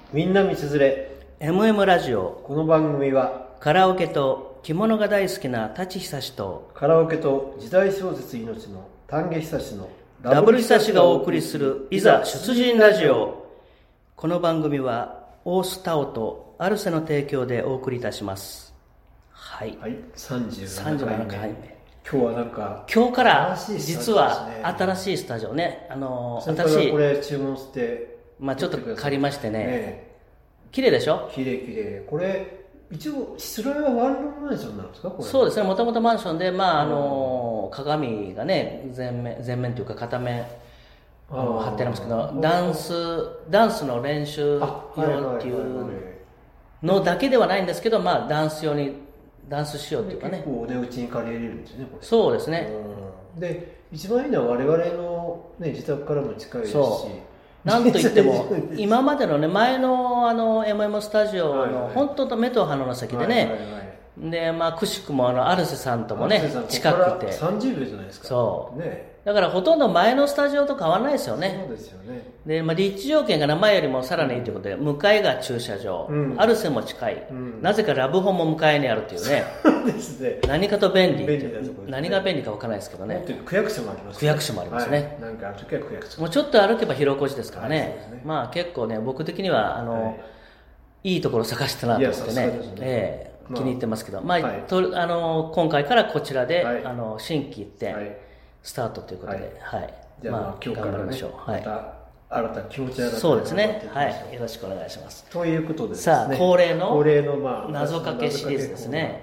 みんな道連れ MM ラジオ。 この番組はカラオケと着物が大好きな舘久志とカラオケと時代小説命の丹下久志のダブル久志がお送りするいざ出陣ラジオ。この番組はオースタオとアルセの提供でお送りいたします。はい、37回目。 今日はなんか今日から実は新しいスタジオね、 私これ注文してちょっと借りましてね、綺麗でしょ。 綺麗。これ一応それはワンルームマンションなんですか？これそうですね、もともとマンションで、鏡がね全面というか片面貼ってありますけど、ダンスの練習用っていうのだけではないんですけど、ダンス用にダンスしようっていうかね、 結構お値打ちに借りれるんですね、これ。 そうですね。 で一番いいのは我々の、自宅からも近いですし、 なんといっても今までのね前のMM スタジオの本当と目と鼻の先でね、でくしくもアルセさんともね近くて 30秒じゃないですか。 そうね、だからほとんど前のスタジオと変わらないですよね。 そうですよね。 で、立地条件が前よりもさらにいいということで、向かいが駐車場、アルセも近い、なぜかラブホも向かいにあるっていうね。 そうですね。 何かと便利。何が便利か分からないですけどね。 区役所もありますね。 区役所もありますね。 なんかある時は区役所。 もうちょっと歩けば広小路ですからね。結構ね、僕的にはいいところ探してなと思ってね、気に入ってますけど、今回からこちらで新規一点スタートということで、 じゃあ今日からね、また新たな気持ちがそうですね。よろしくお願いします。 ということでさあ恒例の謎かけシリーズですね。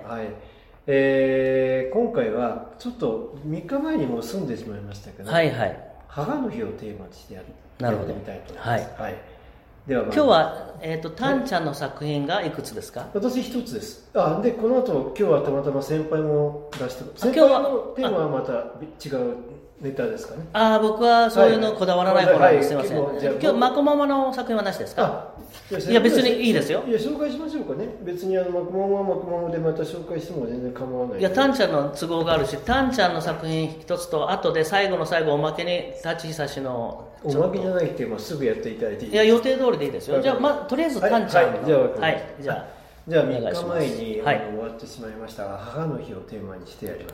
今回はちょっと3日前にも済んでしまいましたけど、母の日をテーマにしてやってみたいと思います。では今日はタンちゃんの作品がいくつですか？ 私一つです。でこの後今日はたまたま先輩も出して、先輩のテーマはまた違うネタですかね。 僕はそういうのこだわらない方なんです。すみません。今日マコママの作品はなしですか？いや別にいいですよ。 いや紹介しましょうかね。別にマコママはマコママでまた紹介しても全然構わない。 いやタンちゃんの都合があるし、タンちゃんの作品一つと後で最後の最後おまけに舘久志のおまけじゃなくてすぐやっていただいていいですか？ いや予定通りでいいですよ。じゃあとりあえずタンちゃんのじゃあ3日前に終わってしまいましたが、母の日をテーマにしてやります。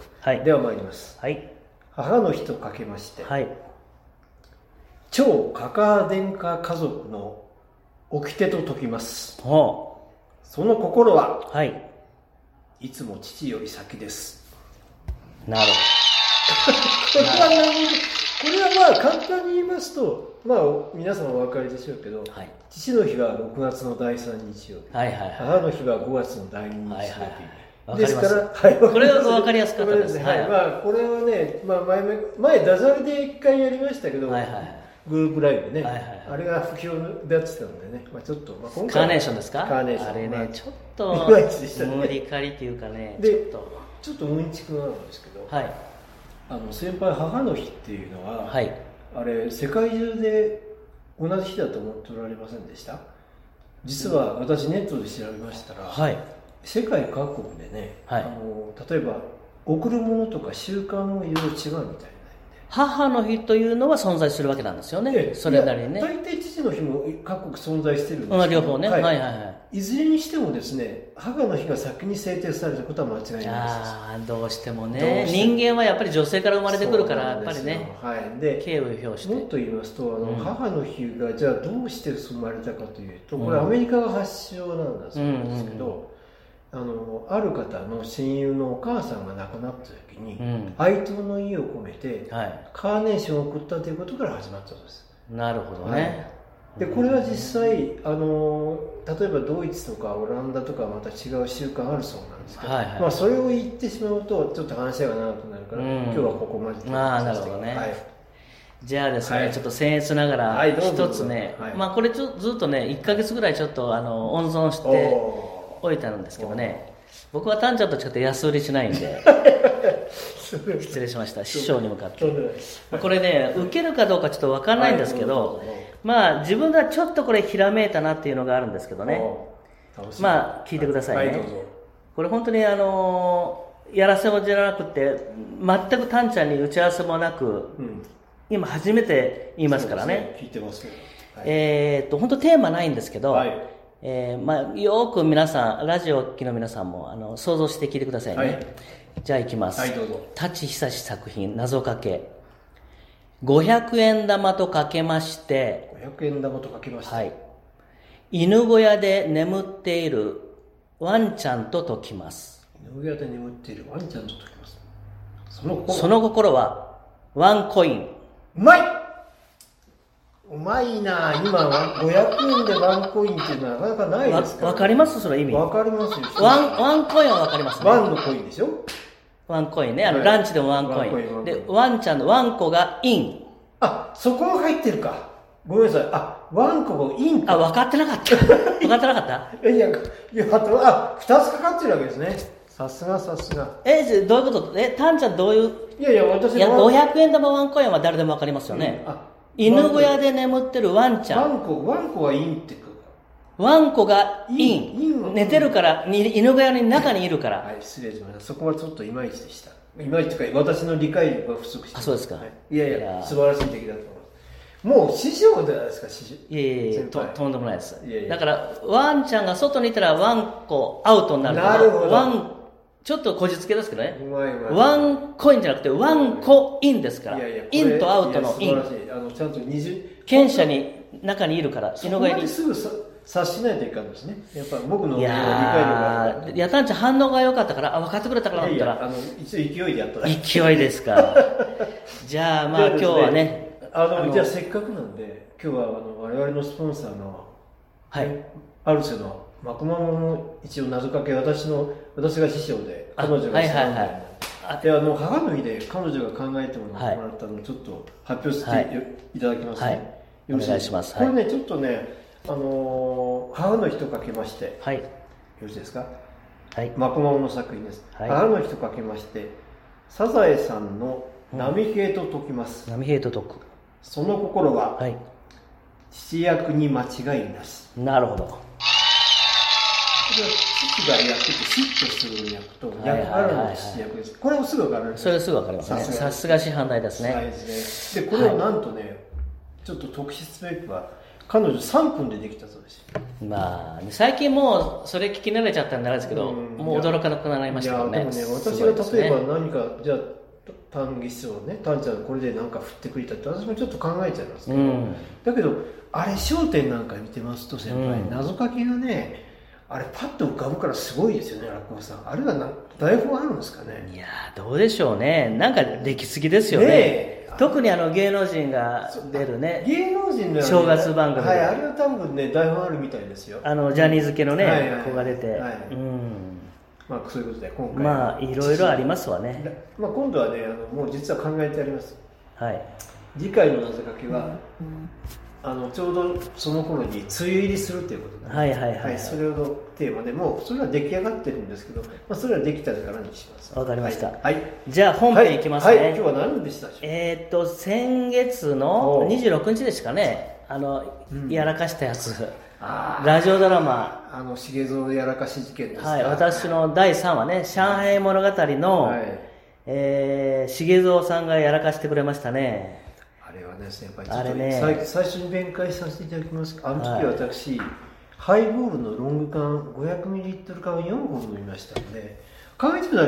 では参ります。母の日とかけまして、超カカア殿下家族の掟と説きます。その心は、いつも父より先です。 なるほど。これは簡単に言いますと、皆さんお分かりでしょうけど、父の日は6月の第3日曜日、母の日は5月の第2日曜日ですから、 これは分かりやすかったです。 これはね、前ダジャレで1回やりましたけど、グループライブでね、あれが不評だってたのでね、ちょっと今回カーネーションですか？ カーネーション、 あれね、ちょっと無理かりっていうかね、 ちょっとうんちくなんですけど、先輩母の日っていうのは、あれ世界中で同じ日だと思っておられませんでした？実は私ネットで調べましたら、世界各国でね、例えば贈るものとか習慣もいろいろ違うみたいな。 母の日というのは存在するわけなんですよね。それなりにね。 大体父の日も各国存在してるんですけど、 両方ね。 いずれにしてもですね、母の日が先に制定されたことは間違いないです。 どうしてもね。人間はやっぱり女性から生まれてくるから、やっぱりね。敬意を表して。 もっと言いますと、母の日がじゃあどうして生まれたかというと、これアメリカが発祥なんだそうですけど、ある方の親友のお母さんが亡くなった時に、哀悼の意を込めて、カーネーションを送ったということから始まったそうです。 なるほどね。 でこれは実際例えばドイツとかオランダとかまた違う習慣あるそうなんですけど、それを言ってしまうとちょっと話が長くなるから、今日はここまで。 なるほどね。じゃあですね、ちょっと僭越ながら一つね、これずっとね1ヶ月ぐらいちょっと温存して置いてあるんですけどね、僕はタンちゃんと違って安売りしないんで失礼しました、師匠に向かって。これね受けるかどうかちょっと分かんないんですけど、自分がちょっとこれひらめいたなっていうのがあるんですけどね、聞いてくださいね。これ本当にやらせもじゃなくて全くタンちゃんに打ち合わせもなく、今初めて言いますからね。 聞いてますけど、 本当テーマないんですけど、よく皆さん、ラジオを聴きの皆さんも想像して聞いてくださいね。じゃあいきます。 どうぞ。 舘久志作品、謎かけ。500円玉とかけまして、 500円玉とかけまして、 犬小屋で眠っているワンちゃんと解きます。 犬小屋で眠っているワンちゃんと解きます。 その心はワンコイン。 うまいな。今500円でワンコインっていうのはなかなかないですから。 わかりますその意味。 わかりますよ。 ワンコインはわかりますね。 ワンのコインでしょ。 ワンコインね。ランチでもワンコイン。で、ワンちゃんのワンコがイン。 そこも入ってるか。ごめんなさい。ワンコがインか。 分かってなかった。分かってなかったいや、2つかかってるわけですね。さすが。 どういうことタンちゃんどういう。 私 500円玉ワンコインは誰でも分かりますよね。犬小屋で眠ってるワンちゃん。 ワンコがインってワンコがイン。寝てるから、犬小屋の中にいるから。 失礼しました。そこはちょっといまいちでした。いまいちというか、私の理解力が不足して。 そうですか。 いや、素晴らしい出来だと思います。もう師匠じゃないですか、師匠。 いや、とんでもないです。だから、ワンちゃんが外にいたらワンコアウトになるから、ちょっとこじつけですけどね。ワンコインじゃなくて、ワンコインですから。インとアウトのイン。 ちゃんと犬舎に、中にいるから、 犬小屋に。すぐ察しないといかんですね。やっぱ僕の理解力が。 いや、タンちゃん反応が良かったから、分かってくれたかなと思ったら。 一応勢いでやった勢いですか。じゃあ、今日はね。 じゃあせっかくなんで、今日は我々のスポンサーの、アルセのマクマモも一応謎かけ、私が師匠で、彼女が師匠で、母の日で彼女が考えてもらったのをちょっと発表していただきますね。 お願いします。 これね、ちょっとね、母の日とかけまして、よろしいですか。マクマモの作品です。母の日とかけまして、サザエさんの波平と解きます。 波平と解く。 その心は、父役に間違いなし。 なるほど。 父がやってて嫉妬する役と役柄の父役です。これもすぐ分かる。 それすぐ分かりますね。さすが師範代ですね。 で、これをなんとね、ちょっと特筆すべきは、彼女3分でできたそうです。 最近もうそれ聞き慣れちゃったんであれですけど、もう驚かなくなりましたよね。 でもね、私が例えば何か、じゃあ、単技師をね、タンちゃんこれで何か振ってくれたって私もちょっと考えちゃいますけど、だけど、あれ、笑点なんか見てますと、先輩、謎かけがね、あれパッと浮かぶからすごいですよね、落語さん。あれは台本あるんですかね。 いやどうでしょうね。なんかできすぎですよね。特に芸能人が出るね。 芸能人の正月番組で。 あれは多分ね、台本あるみたいですよ。 ジャニーズ系のね、子が出て。 そういうことで、今回。 いろいろありますわね。 今度はね、もう実は考えてあります。次回の謎かけは、ちょうどその頃に梅雨入りするということで、それをテーマでもうそれは出来上がってるんですけど、それはできたからにします。 わかりました。じゃあ本編いきますね。 今日は何でしたでしょう。 先月の26日ですかね、やらかしたやつ、ラジオドラマ、 重蔵やらかし事件ですか。 私の第3話ね、上海物語の、重蔵さんがやらかしてくれましたね。 あれはね、先輩、ちょっと最初に弁解させていただきますか。あの時私、ハイボールのロング缶 500ml 缶を4本飲みましたので、考えてみたら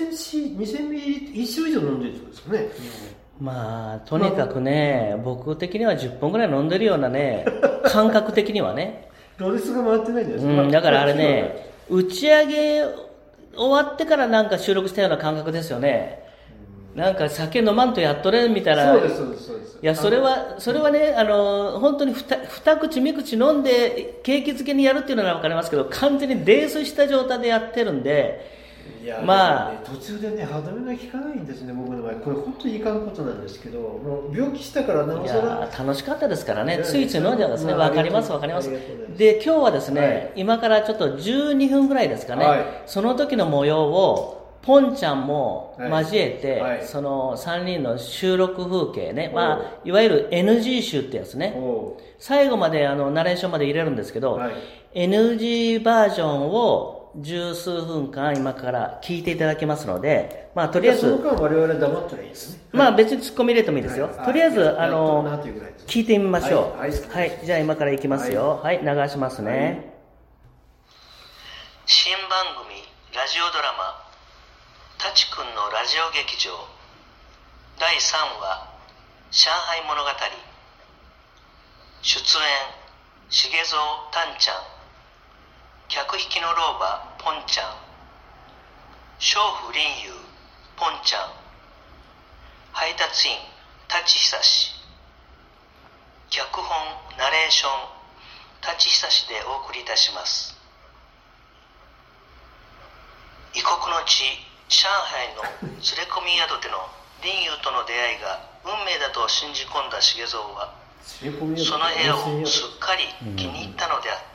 2000ml 一升以上飲んでるってことですよね。 とにかくね、僕的には10本ぐらい飲んでるようなね、感覚的にはね。 ロレスが回ってないんじゃないですか。 だからあれね、打ち上げ終わってからなんか収録したような感覚ですよね。なんか酒飲まんとやっとれんみたいな。 そうです。 いや、それはね、本当に二口三口飲んで景気づけにやるっていうのは分かりますけど、完全に泥酔した状態でやってるんで、 途中でね、歯止めが効かないんですね、僕の場合。これ本当にいかんことなんですけど、もう病気したからなおさら。 楽しかったですからね、ついつい飲んじゃうんですね。分かります。で、今日はですね、今からちょっと12分ぐらいですかね、その時の模様を、ポンちゃんも交えて、その3人の収録風景ね、いわゆる NG 集ってやつね、最後までナレーションまで入れるんですけど、NG バージョンを十数分間今から聞いていただきますので、まあとりあえず。 その間我々黙ったらいいですね。 まあ別に突っ込み入れてもいいですよ。とりあえず、聞いてみましょう。はい。じゃあ今から行きますよ。はい、流しますね。新番組、ラジオドラマ、タチ君のラジオ劇場、第3話、上海物語。出演、重蔵タンちゃん。客引きの老婆ポンちゃん、娼婦林遊ポンちゃん、配達員舘久志、脚本ナレーション舘久志でお送りいたします。異国の地上海の連れ込み宿での林遊との出会いが運命だと信じ込んだ重蔵は、その部屋をすっかり気に入ったのであった。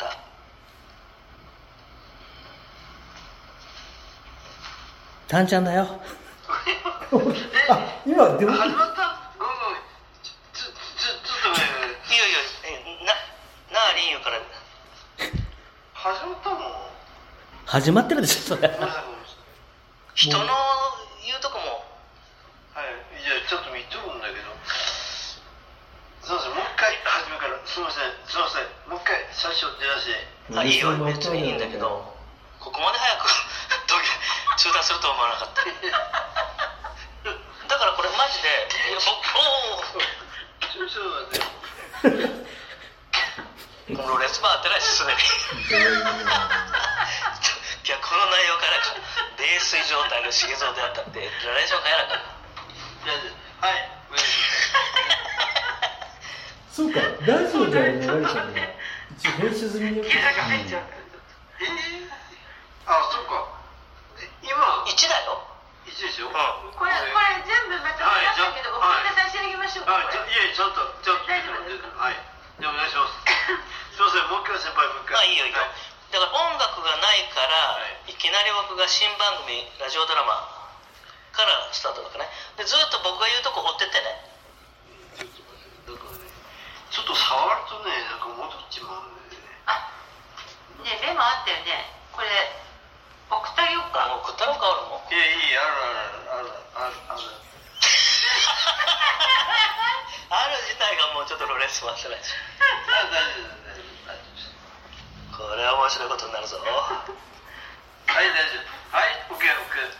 タンちゃんだよ。 今でも始まった。ちょっとね。 いやなあ林遊から始まったの？ 始まってるでしょそれ。人の言うとこも。 はい。いやちょっと見とるんだけど。すみません、もう一回始めから。すみません。もう一回最初出だし。 いいよ、別にいいんだけど、ここまで早く中断するとは思わなかった。だからこれマジで、このレスバーってないし、すでに。逆の内容から泥酔状態の重蔵であったって、ナレーション変えなかった。 はい。 そうか、ラジオで流れたのが一応編集済みに。 あ、そうか。今 1だよ。 1でしょ。 これ全部まとめましたけど、お聞かせしてあげましょうか。 いやちょっと大丈夫です。はい。じゃあお願いします。すみません、もう一回先輩もう一回。 いいよ。だから音楽がないから、いきなり僕が新番組ラジオドラマからスタートだからね。でずっと僕が言うとこ追ってってね。 ちょっと触るとね、なんか戻っちまうんだよね。 ねメモあったよね。これ送ってあげようか。 送ったろうか、俺も。 いや、ある。 ある自体がもうちょっとロレス回してないし。 大丈夫。 これは面白いことになるぞ。 はい、大丈夫。はい、オッケー。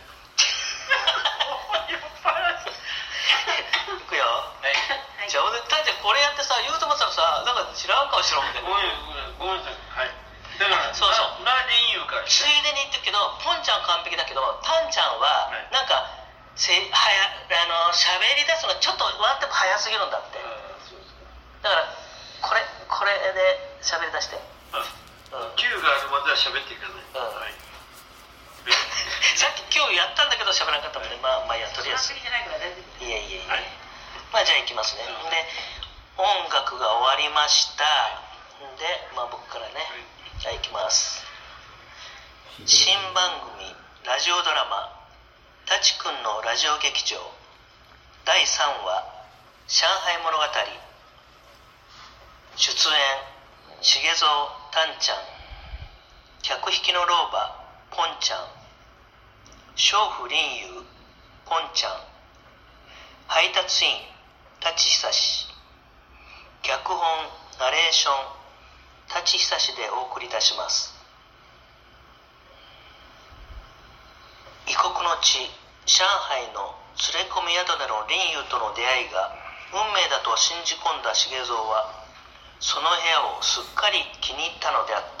いくよ。はい。じゃあ、タンちゃんこれやってさ、言うと思ったらさ、なんか知らん顔しろみたいな。 ごめんなさい。はい。だからそうラディンユーからついでに言ってるけど、ポンちゃん完璧だけど、タンちゃんはなんか喋り出すのがちょっとワンテンポ早すぎるんだって。だからこれで喋り出して。 Q があるまでは喋っていかない。 さっき今日やったんだけど喋らなかったもんね。まあいや、とりあえず。いや。まあじゃあいきますね。で、音楽が終わりました。で、まあ僕からね。じゃあいきます。新番組ラジオドラマタチ君のラジオ劇場第3話上海物語。出演重蔵タンちゃん、客引きの老婆ポンちゃん、娼婦林遊ポンちゃん、配達員舘久志、脚本ナレーション舘久志でお送りいたします。異国の地上海の連れ込み宿での林遊との出会いが運命だと信じ込んだ重蔵は、その部屋をすっかり気に入ったのであった。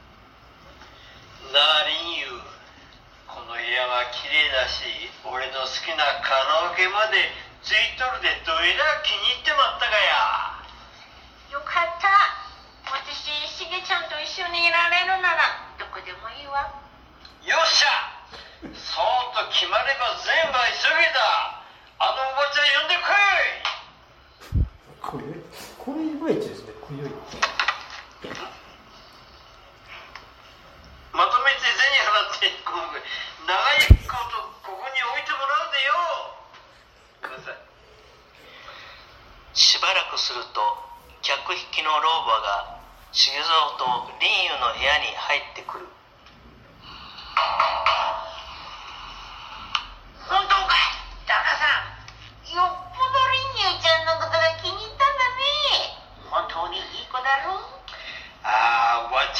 なあ林遊、この部屋は綺麗だし、俺の好きなカラオケまでついとるで、どえら気に入ってまったかや。 よかった。私、しげちゃんと一緒にいられるならどこでもいいわ。 よっしゃ、そうと決まれば全部急げだ。あのおばちゃん呼んでこい。 これいまいちですね。こよいまとめて銭払って長いことここに置いてもらうでよ。ください。 しばらくすると客引きの老婆が重蔵と林遊の部屋に入ってくる。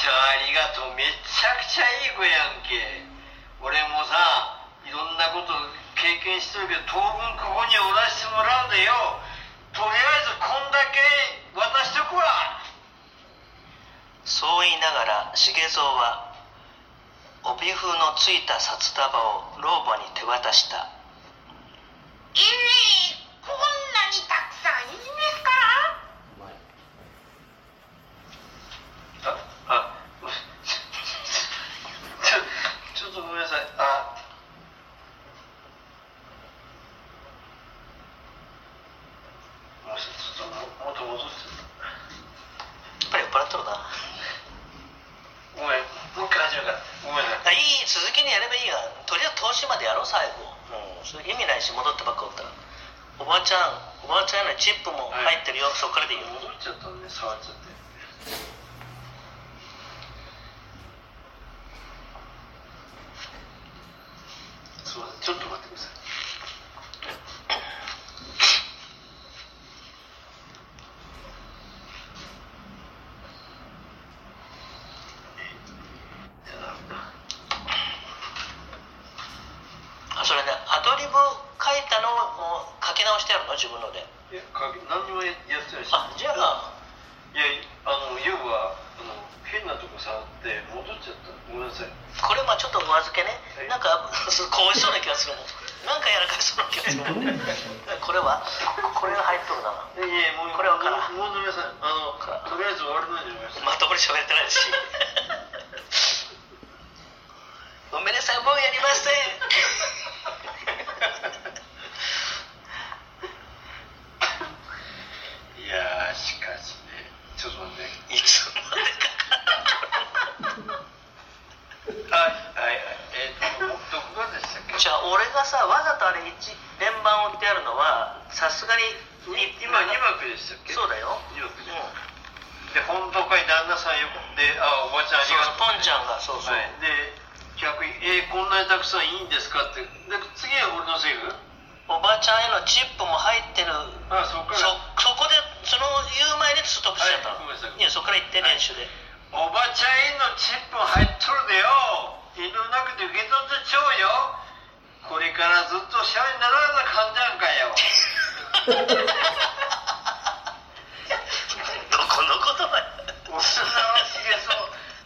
ちゃんありがとう。めちゃくちゃいい子やんけ。俺もさ、いろんなこと経験してるけど、当分ここにおらしてもらうでよ。とりあえずこんだけ渡しとくわ。 そう言いながら重蔵は帯風のついた札束を老婆に手渡した。 こんなにたくさんいいんですか？ ちょっとごめんなさい。もっと戻して。 やっぱり酔っ払っとるな。 ごめん、もう一回始めるから。ごめんなさい。 いい、続きにやればいいが、とりあえず投資までやろう、最後。それ意味ないし、戻ってばっかおったら。おばあちゃんへのチップも入ってるよ、そっからでいいよ。 戻っちゃったんで、触っちゃって。すいません、ちょっと待ってください。 それね、アドリブ書いたのを書き直してやるの、自分ので。 いや、何にもやってないし。 じゃあ。 いや、要は変なとこ触って戻っちゃった。ごめんなさい。 これちょっとお預けね。なんかこうしそうな気がするもん。なんかやらかしそうな気がするもん。これはこれが入っとるな。 いや、もうこれはから。 もう飲みなさい。とりあえず終わるのに飲みました。 まともに喋ってないし。ごめんなさい、もうやりません。 いやー、しかしね、ちょっと待って。 いつまでかどこがでしたっけ？ じゃあ俺がさ、わざとあれ連番を打ってやるのはさすがに今2幕でしたっけ？ そうだよ。 2幕で、本当かい旦那さんよで、おばちゃんありがとう。 ポンちゃんが、そうそう。 はい、で、逆にこんなにたくさんいいんですかって。で、次は俺のセリフ？ おばちゃんへのチップも入ってる。そこでその言う前にストップしちゃったの。いや、そこから行って練習で。 おばちゃんへのチップも入っとるでよ。遠慮なくて受け取ってちょうよ。これからずっとシャイにならな感じなんかよ。 どこの言葉や。 おすなはしげそう。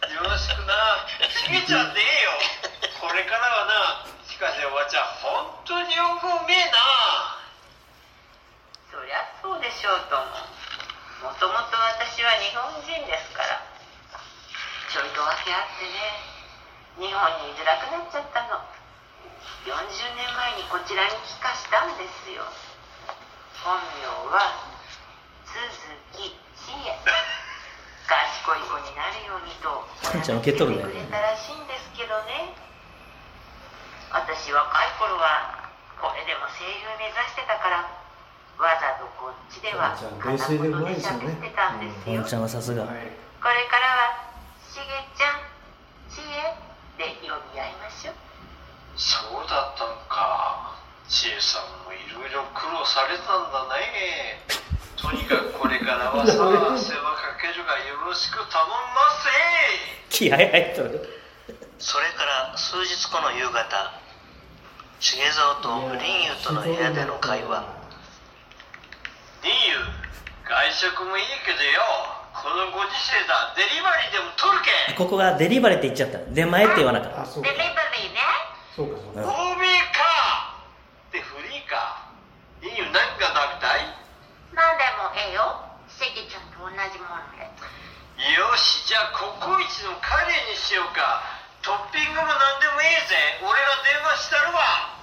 よろしくな。しげちゃんでええよ。これからはな。しかしおばちゃん、本当によくうめえな。 そりゃそうでしょうとも。もともと私は日本人ですから。ちょいと訳あってね。日本に居づらくなっちゃったの。40年前にこちらに帰化したんですよ。本名は鈴木千恵。賢い子になるようにと母ちゃん受け取るね。 くれたらしいんですけどね。私若い頃はこれでも声優目指してたから、わざとこっちでは片言で喋ってたんですよ。 本ちゃんはさすが。 これからはしげちゃん、ちえで呼び合いましょう。 そうだったのか。ちえさんもいろいろ苦労されたんだね。とにかくこれからはさ、世話かけるがよろしく頼みます気合入っとる。それから数日後の夕方、重蔵と林優との部屋での会話。 林優、外食もいいけどよ、このご時世だ、デリバリーでも取るけ。 ここがデリバリーって言っちゃった。出前って言わなかった。 デリバリーね。 そうかそうか。 欧米かってフリーか。林優、何が食べたい？ 何でもええよ。しげちゃんと同じもので。 よし、じゃあココイチのカレーにしようか。トッピングも何でもいいぜ。俺が電話したるわ。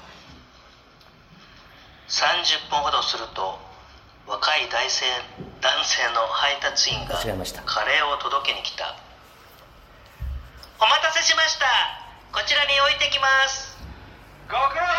30分ほどすると、若い男性の配達員がカレーを届けに来た。お待たせしました。こちらに置いてきます。 ご苦労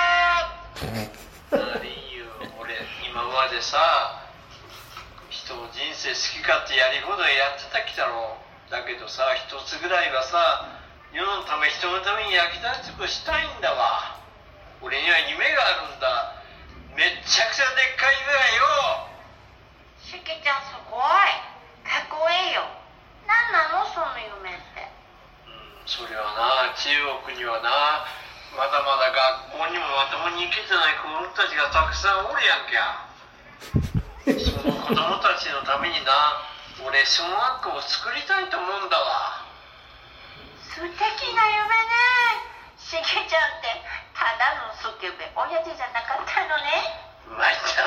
様。林優、俺今までさ、人の人生好き勝手やり放題やってたきたろ。だけどさ、一つぐらいはさ、世のため人のために役立つことしたいんだわ。俺には夢があるんだ。めっちゃくちゃでっかい夢がよ。 しげちゃんすごい。かっこいいよ。 何なのその夢って。 それはな、中国にはな、まだまだ学校にもまともに行けてない子供たちがたくさんおるやんきゃ。その子供たちのためにな、俺小学校を作りたいと思うんだわ。 素敵な夢ね。しげちゃんってただのスケベ親父じゃなかったのね。 参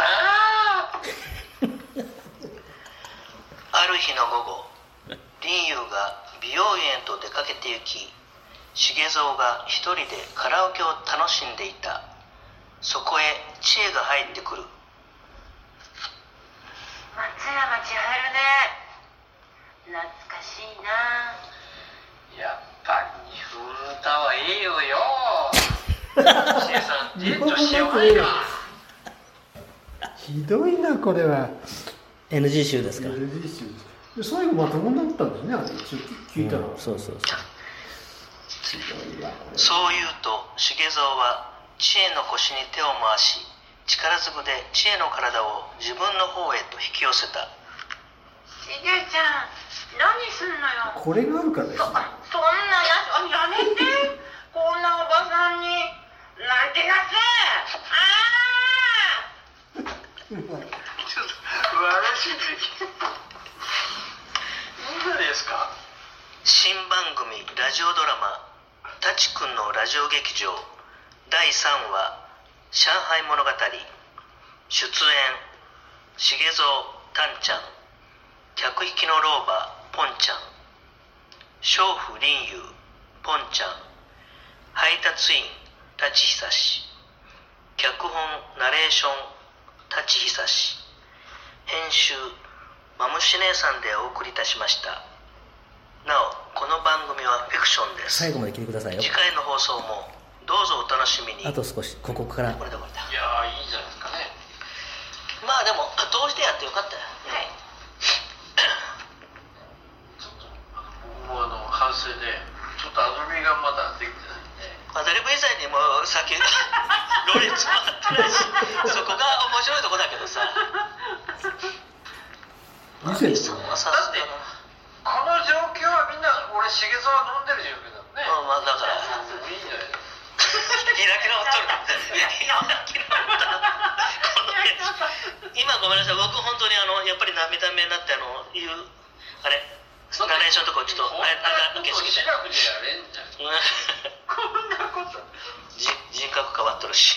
ったな。 ある日の午後、林遊が美容院へと出かけて行き、重蔵が一人でカラオケを楽しんでいた。そこへ知恵が入ってくる。 松山千春ね。懐かしいな。 やっぱり2分歌はいいよよ。知恵さん、デートしようないか。 ひどいなこれは。 NG 集ですか。 NG 集で最後まともになったんですね、あれ一応聞いたら、 そうそうそう。 そう言うと重蔵は知恵の腰に手を回し、力ずくで知恵の体を自分の方へと引き寄せた。 しげちゃん、何すんのよ。 これがあるからですね。 そんなやめて。こんなおばさんに泣きなさい。 ちょっと笑しいできる。何ですか。 新番組ラジオドラマ「タチ君のラジオ劇場」第3話「上海物語」。出演重蔵タンちゃん、客引きの老婆ポンちゃん、娼婦林遊ポンちゃん、配達員舘久志、脚本ナレーション舘久志、編集マムシ姉さんでお送りいたしました。なおこの番組はフィクションです。 最後まで聞いてくださいよ。 次回の放送もどうぞお楽しみに。 あと少し、ここから。 これだこれだ。 いやー、いいじゃないですかね。 まあでもどうしてやってよかったよ。 はい。 ちょっと僕も反省でちょっとアドリブがまだできてないんで。 アドリブ以前にもさっきロレッツもあってないし、そこが面白いとこだけどさ。 見せてさすだってがこの状況はみんな俺重蔵は飲んでる状況だもんね。 まあだからいいんじゃないですか。 開き直っとるみたいな。開き直った今ごめんなさい、僕本当にやっぱり涙目になっていうあれナレーションとかちょっとこんなことをシラフでやれんじゃん。こんなこと人格変わっとるし。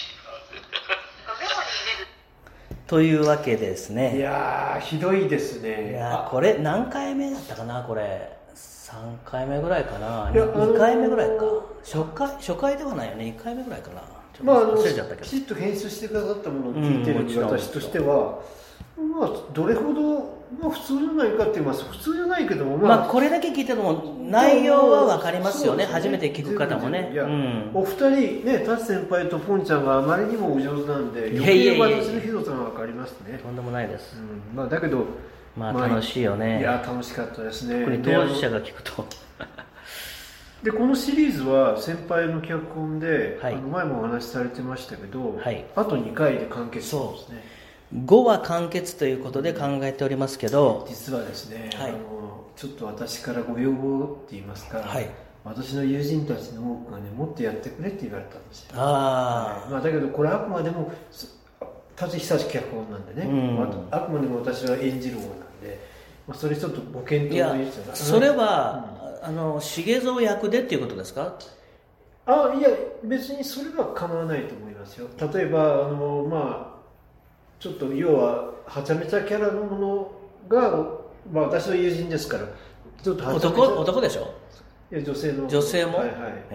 というわけですね。 いやーひどいですね。 いやこれ何回目だったかな。これ3回目ぐらいかな。2回目ぐらいか。初回ではないよね。1回目ぐらいかな。 まあ忘れちゃったけど、 きちっと編集してくださったものを聞いてる私としては、まあどれほど、まあ、普通じゃないかって言います。普通じゃないけども、 まあこれだけ聞いてても内容は分かりますよね。初めて聞く方もね。 いや、お二人ね、タチ先輩とポンちゃんがあまりにもお上手なんで、余計私のひどさが分かりますね。 とんでもないです。 まあだけど、 まあ楽しいよね。 いや楽しかったですね。 これ当事者が聞くと。 でこのシリーズは先輩の脚本で、 はい、 前もお話しされてましたけど、 はい、 あと2回で完結そうですね。 5話完結ということで考えておりますけど、 実はですね、 はい、 ちょっと私からご要望って言いますか、はい、私の友人たちの多くがね、もっとやってくれって言われたんですよ。まあ、だけどこれあくまでも舘久志脚本なんでね、あくまでも私は演じる方なんで、まあ、それちょっとご検討の余地が。 それは、重蔵役でっていうことですか？ いや別にそれは構わないと思いますよ。例えばまあちょっと要ははちゃめちゃキャラのものが、まあ、私の友人ですからちょっと男でしょ？ いや女性も、 はいはい、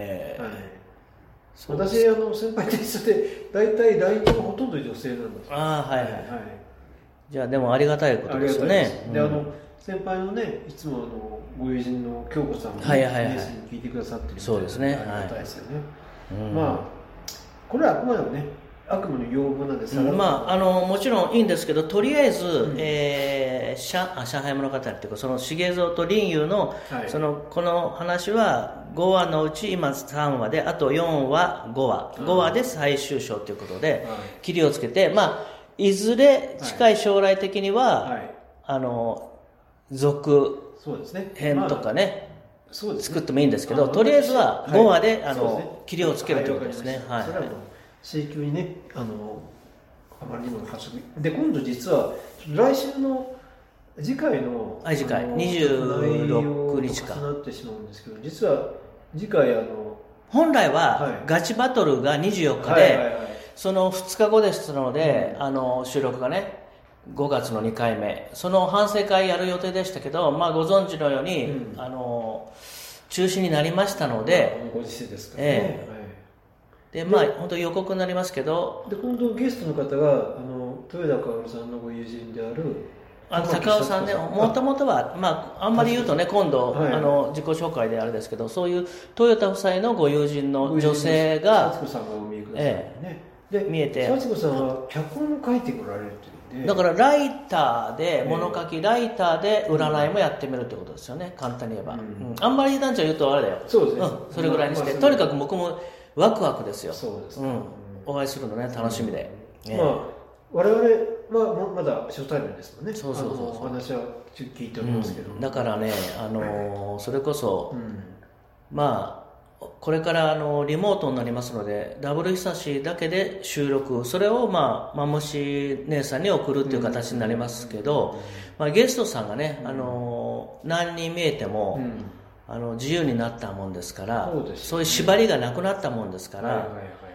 私先輩と一緒で大体来日もほとんど女性なんですよ。 はいはい、じゃあでもありがたいことですよね。 で先輩のね、いつもご友人の京子さんもニュースに聞いてくださってるみたいな、 そうですね、 ありがたいですよね。まあこれはあくまでもね、あくまで要望なんです。 まあもちろんいいんですけど、とりあえず、上海物語っていうか、その重蔵と林遊の、この話は5話のうち今3話で、あと4話5話で最終章ということで、切りをつけて、まあいずれ近い将来的には、 続編とかね、作ってもいいんですけど、とりあえずは5話で切りをつけるということですね。 それはもう請求にね、あまりにも発色で、今度実は来週の次回の 26日か重なってしまうんですけど、実は次回本来はガチバトルが24日で、その2日後でしたので、収録がね5月の2回目、その反省会やる予定でしたけど、ご存知のように、中止になりましたので、 ご時世ですからね。 で本当予告になりますけど、 で今度ゲストの方が豊田薫さんのご友人である高尾さんね、もともとは、あんまり言うとね、今度、自己紹介であれですけど、そういう豊田夫妻のご友人の女性が、 幸子さんがお見えくださいね。で見えて、 幸子さんは脚本を書いてこられるというね。 だからライターで、物書きライターで占いもやってみるってことですよね、簡単に言えば。あんまり団長言うとあれだよ。 そうですね。 それぐらいにして、とにかく僕もワクワクですよ。 そうです。 お会いするのね、楽しみで。 我々はまだ初対面ですもんね。そうお話は聞いておりますけど。 だからね、それこそ、これからリモートになりますので、ダブル久しだけで収録、それをまもし姉さんに送るっていう形になりますけど、ゲストさんがね、何人見えても、自由になったもんですから、そういう縛りがなくなったもんですから、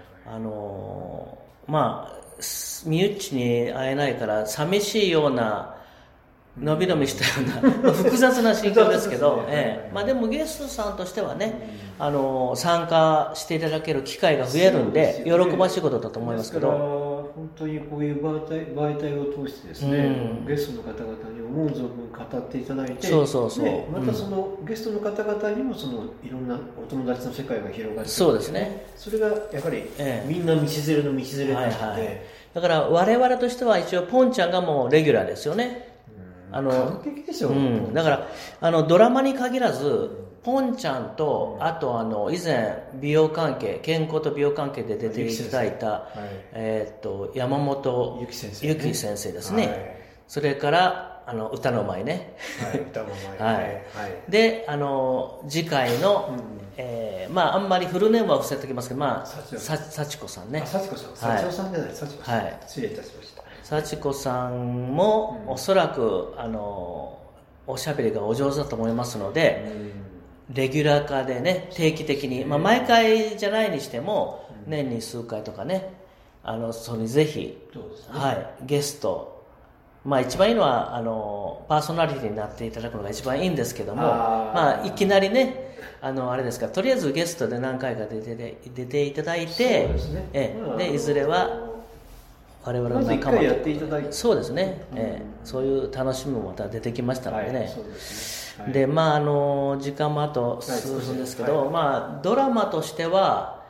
身内に会えないから寂しいような、のびのびしたような複雑な心境ですけど、でもゲストさんとしてはね、参加していただける機会が増えるんで、喜ばしいことだと思いますけど、 本当にこういう媒体を通してですね、ゲストの方々に思う存分語っていただいて、またそのゲストの方々にもいろんなお友達の世界が広がって、 そうですね。 それがやはりみんな道連れの道連れなので、 だから我々としては一応ポンちゃんがもうレギュラーですよね。 完璧でしょ。 だからドラマに限らず、ポンちゃんと、あと以前美容関係、健康と美容関係で出ていただいた、山本由紀先生ですね。それから歌のうまいね。 歌のうまい。 で次回の、あんまりフルネームは伏せておきますけど、幸子さんね。 幸子さん、幸子さんじゃない、幸子さん。失礼いたしました。 幸子さんもおそらくおしゃべりがお上手だと思いますので、レギュラー化でね、定期的に、毎回じゃないにしても年に数回とかね、それぜひ、ゲスト、一番いいのはパーソナリティになっていただくのが一番いいんですけども、いきなりね、あれですから、とりあえずゲストで何回か出ていただいて、でいずれは我々の仲間と、そうですね、そういう楽しみもまた出てきましたのでね。で時間もあと数分ですけど、ドラマとしては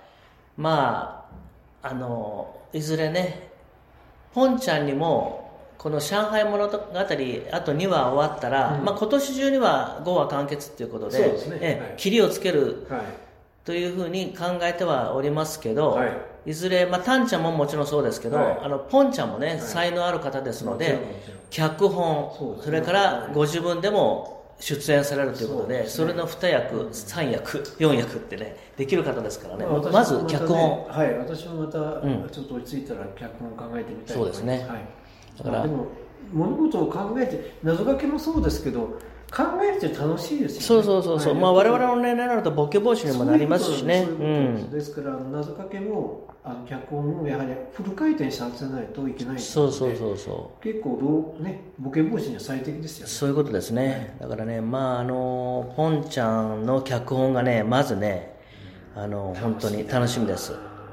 いずれね、ポンちゃんにもこの上海物語あと2話終わったら、今年中には5話完結ということで、切りをつけるというふうに考えてはおりますけど、いずれ、タンちゃんももちろんそうですけど、ポンちゃんもね、才能ある方ですので、脚本、それからご自分でも出演されるということで、それの2役、3役、4役ってね、できる方ですからね。まず脚本。 私もまたちょっと落ち着いたら脚本を考えてみたいと思います。 そうですね。 だからでも物事を考えて、謎かけもそうですけど、考えて楽しいですよね。 そう、我々の年齢になるとボケ防止にもなりますしね。 ですから謎かけも脚本もやはりフル回転させないといけないので、 そう。 結構ボケ防止には最適ですよね。そういうことですね。だからね、ポンちゃんの脚本がね、まずね、本当に楽しみです。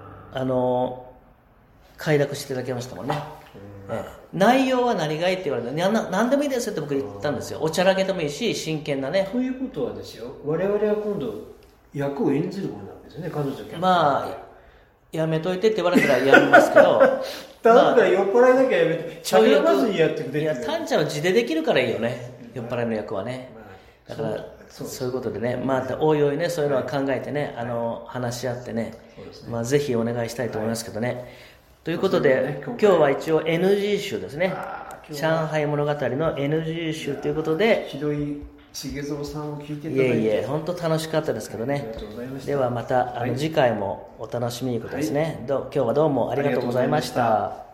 快諾していただきましたもんね。内容は何がいいって言われて、何でもいいですって僕言ったんですよ。おちゃらけでもいいし、真剣なね。 ということはですよ、我々は今度役を演じる方なんですよね、彼女。 やめといてって言われたらやめますけどただ酔っ払いだけはやめて、ちょいまずにやってくれる。 いや、タンちゃんは字でできるからいいよね、酔っ払いの役はね。だからそういうことでね、おいおいね、そういうのは考えてね、話し合ってね、ぜひお願いしたいと思いますけどね。ということで、今日は一応 NG 集ですね。 上海物語の NG 集ということで、 ひどい重蔵さんを聞いていただいて、 いえいえ、本当楽しかったですけどね。ではまた次回もお楽しみにということですね。今日はどうもありがとうございました。